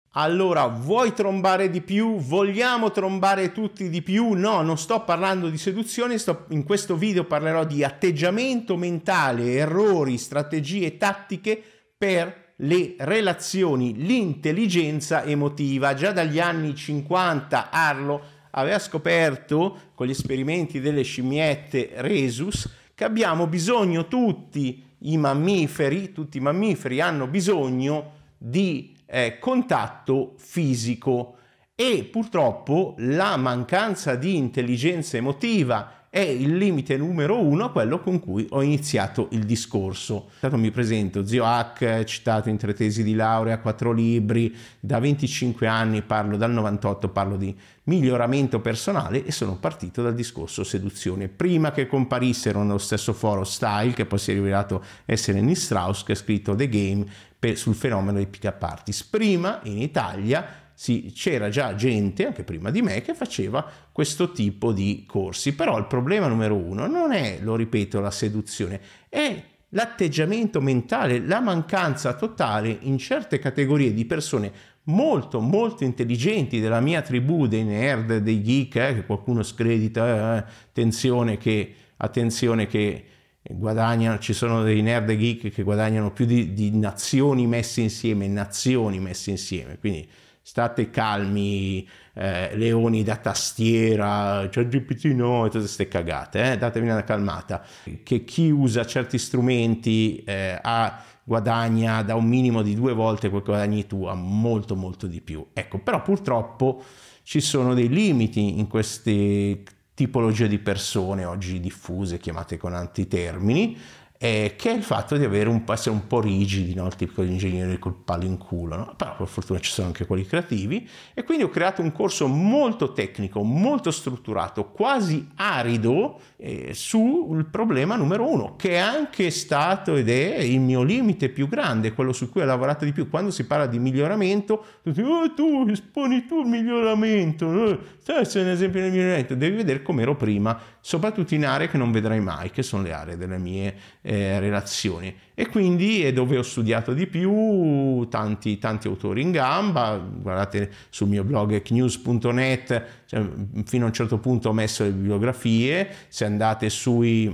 Allora, vuoi trombare di più? Vogliamo trombare tutti di più? No, non sto parlando di seduzione, in questo video parlerò di atteggiamento mentale, errori, strategie tattiche per le relazioni, l'intelligenza emotiva. Già dagli anni 50 Harlow aveva scoperto, con gli esperimenti delle scimmiette Rhesus, che abbiamo bisogno tutti i mammiferi hanno bisogno di contatto fisico, e purtroppo la mancanza di intelligenza emotiva è il limite numero uno, quello con cui ho iniziato il discorso. Mi presento, Zio Hack, citato in 3 tesi di laurea, 4 libri, da 25 anni parlo, dal 98 parlo di miglioramento personale, e sono partito dal discorso seduzione. Prima che comparissero nello stesso foro Style, che poi si è rivelato essere Neil Strauss, che ha scritto The Game sul fenomeno dei pick-up artist. Prima in Italia c'era già gente, anche prima di me, che faceva questo tipo di corsi, però il problema numero uno non è, lo ripeto, la seduzione, è l'atteggiamento mentale, la mancanza totale in certe categorie di persone molto molto intelligenti della mia tribù dei nerd, dei geek, che qualcuno scredita, attenzione che guadagnano, ci sono dei nerd geek che guadagnano più di nazioni messe insieme, quindi state calmi, leoni da tastiera, ChatGPT no, e tutte queste cagate, datevi una calmata, che chi usa certi strumenti guadagna da un minimo di 2 volte quel che guadagni tu a molto molto di più. Ecco, però purtroppo ci sono dei limiti in queste tipologie di persone oggi diffuse, chiamate con antitermini, che è il fatto di essere un po' rigidi, no? Il tipico ingegnere col palo in culo, no? Però per fortuna ci sono anche quelli creativi, e quindi ho creato un corso molto tecnico, molto strutturato, quasi arido, sul problema numero uno, che è anche stato ed è il mio limite più grande, quello su cui ho lavorato di più. Quando si parla di miglioramento, tu esponi tu il miglioramento, sei un esempio del miglioramento. Devi vedere com'ero prima, soprattutto in aree che non vedrai mai, che sono le aree delle mie relazioni, e quindi è dove ho studiato di più, tanti autori in gamba. Guardate sul mio blog knews.net, fino a un certo punto ho messo le bibliografie. Se andate sul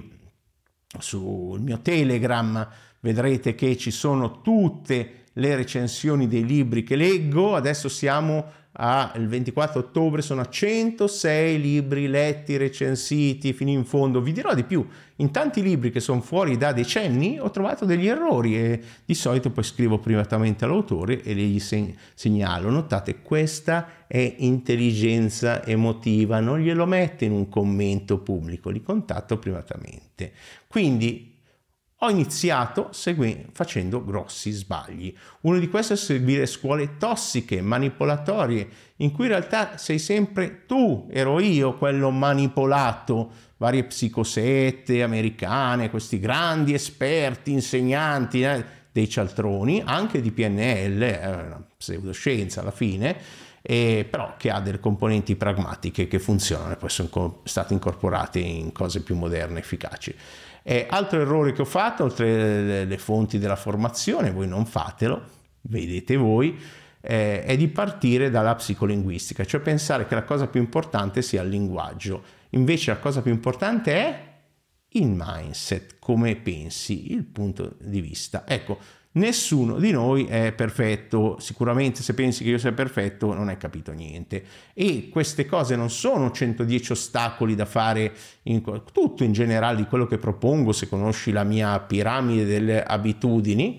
mio Telegram vedrete che ci sono tutte le recensioni dei libri che leggo. Adesso siamo il 24 ottobre, sono a 106 libri letti, recensiti fino in fondo. Vi dirò di più: in tanti libri che sono fuori da decenni ho trovato degli errori, e di solito poi scrivo privatamente all'autore e gli segnalo: notate, questa è intelligenza emotiva, non glielo metto in un commento pubblico, li contatto privatamente. Quindi ho iniziato facendo grossi sbagli. Uno di questi è seguire scuole tossiche, manipolatorie, in cui in realtà sei sempre tu, ero io quello manipolato. Varie psicosette americane, questi grandi esperti, insegnanti, dei cialtroni, anche di PNL, è una pseudoscienza alla fine, però che ha delle componenti pragmatiche che funzionano e poi sono state incorporate in cose più moderne e efficaci. Altro errore che ho fatto, oltre le fonti della formazione, voi non fatelo, vedete voi, è di partire dalla psicolinguistica, cioè pensare che la cosa più importante sia il linguaggio. Invece la cosa più importante è il mindset, come pensi, il punto di vista. Ecco, nessuno di noi è perfetto, sicuramente se pensi che io sia perfetto non hai capito niente, e queste cose non sono 110 ostacoli da fare tutto in generale di quello che propongo. Se conosci la mia piramide delle abitudini,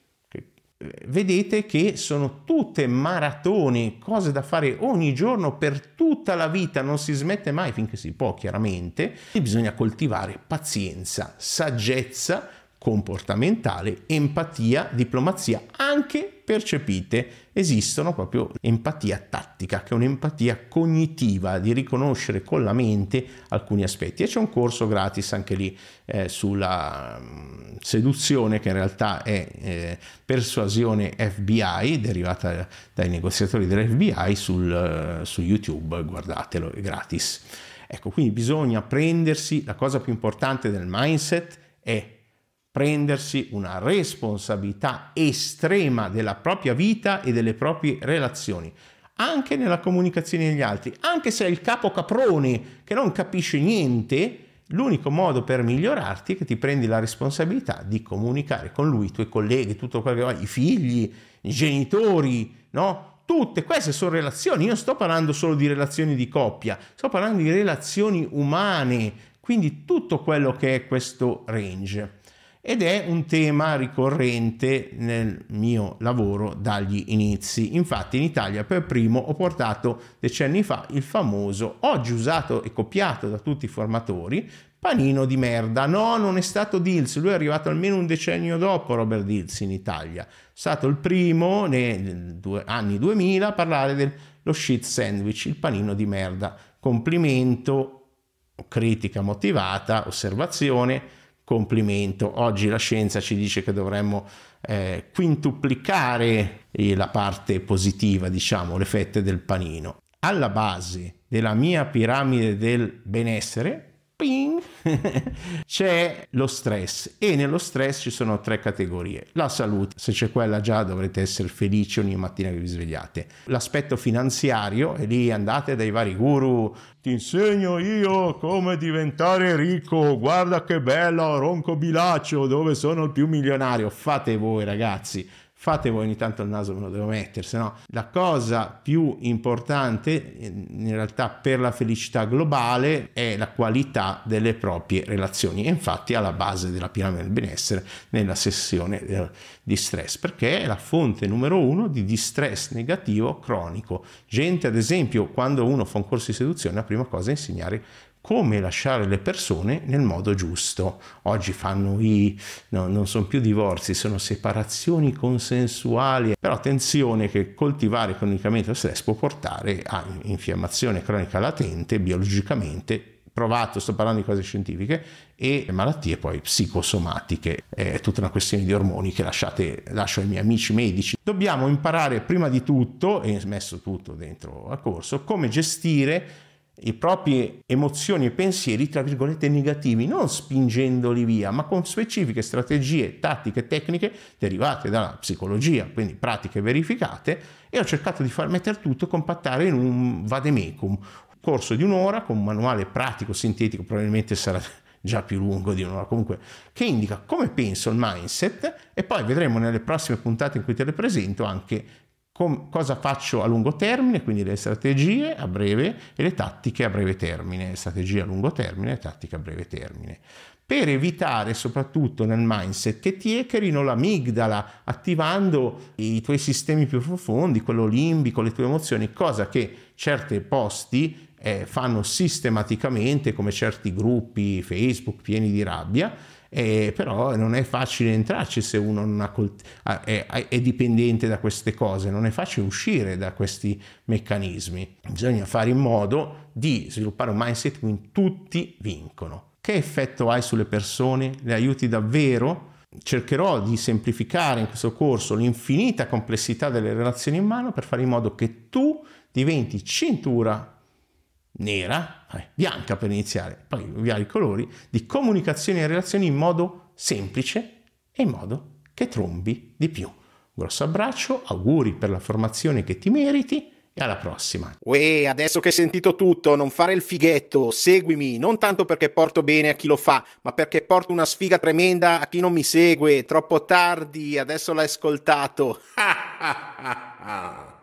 vedete che sono tutte maratone, cose da fare ogni giorno per tutta la vita, non si smette mai finché si può, chiaramente, e bisogna coltivare pazienza, saggezza comportamentale, empatia, diplomazia, anche percepite. Esistono proprio empatia tattica, che è un'empatia cognitiva, di riconoscere con la mente alcuni aspetti, e c'è un corso gratis anche lì sulla seduzione, che in realtà è persuasione FBI, derivata dai negoziatori dell'FBI, su YouTube, guardatelo, è gratis. Ecco, quindi bisogna prendersi, la cosa più importante del mindset è prendersi una responsabilità estrema della propria vita e delle proprie relazioni, anche nella comunicazione agli altri. Anche se è il capo caprone che non capisce niente, l'unico modo per migliorarti è che ti prendi la responsabilità di comunicare con lui, i tuoi colleghi, tutto quello che vuoi, i figli, i genitori, no? Tutte queste sono relazioni. Io non sto parlando solo di relazioni di coppia, sto parlando di relazioni umane, quindi tutto quello che è questo range. Ed è un tema ricorrente nel mio lavoro dagli inizi. Infatti in Italia per primo ho portato decenni fa il famoso, oggi usato e copiato da tutti i formatori, panino di merda. No, non è stato Dills, lui è arrivato almeno un decennio dopo Robert Dills in Italia. È stato il primo nei anni 2000 a parlare dello shit sandwich, il panino di merda. Complimento, critica motivata, osservazione, complimento. Oggi la scienza ci dice che dovremmo quintuplicare la parte positiva, diciamo, le fette del panino. Alla base della mia piramide del benessere, ping, c'è lo stress, e nello stress ci sono 3 categorie. La salute, se c'è quella già dovrete essere felici ogni mattina che vi svegliate. L'aspetto finanziario, e lì andate dai vari guru, ti insegno io come diventare ricco, guarda che bella Ronco Bilaccio, dove sono il più milionario. Fate voi ragazzi, fate voi, ogni tanto il naso me lo devo mettere, se no. La cosa più importante in realtà per la felicità globale è la qualità delle proprie relazioni, e infatti alla base della piramide del benessere nella sessione di stress, perché è la fonte numero 1 di distress negativo cronico. Gente, ad esempio, quando uno fa un corso di seduzione, la prima cosa è insegnare come lasciare le persone nel modo giusto. Oggi fanno non sono più divorzi, sono separazioni consensuali, però attenzione che coltivare cronicamente lo stress può portare a infiammazione cronica latente, biologicamente provato, sto parlando di cose scientifiche, e malattie poi psicosomatiche. È tutta una questione di ormoni che lascio ai miei amici medici. Dobbiamo imparare prima di tutto, e messo tutto dentro al corso, come gestire le proprie emozioni e pensieri, tra virgolette, negativi, non spingendoli via, ma con specifiche strategie, tattiche, tecniche derivate dalla psicologia, quindi pratiche verificate, e ho cercato di far mettere tutto, compattare in un vademecum, un corso di un'ora con un manuale pratico, sintetico, probabilmente sarà già più lungo di un'ora, comunque, che indica come penso il mindset, e poi vedremo nelle prossime puntate in cui te le presento anche cosa faccio a lungo termine, quindi le strategie a breve e le tattiche a breve termine, strategie a lungo termine e tattiche a breve termine, per evitare soprattutto nel mindset che ti echerino l'amigdala, attivando i tuoi sistemi più profondi, quello limbico, le tue emozioni, cosa che certi posti fanno sistematicamente, come certi gruppi Facebook pieni di rabbia. Però non è facile entrarci se uno non è dipendente da queste cose, non è facile uscire da questi meccanismi. Bisogna fare in modo di sviluppare un mindset in cui tutti vincono. Che effetto hai sulle persone? Le aiuti davvero? Cercherò di semplificare in questo corso l'infinita complessità delle relazioni in mano per fare in modo che tu diventi cintura nera, bianca per iniziare, poi vari colori, di comunicazione e relazioni in modo semplice e in modo che trombi di più. Un grosso abbraccio, auguri per la formazione che ti meriti e alla prossima. Uè, adesso che hai sentito tutto, non fare il fighetto, seguimi, non tanto perché porto bene a chi lo fa, ma perché porto una sfiga tremenda a chi non mi segue. Troppo tardi, adesso l'hai ascoltato.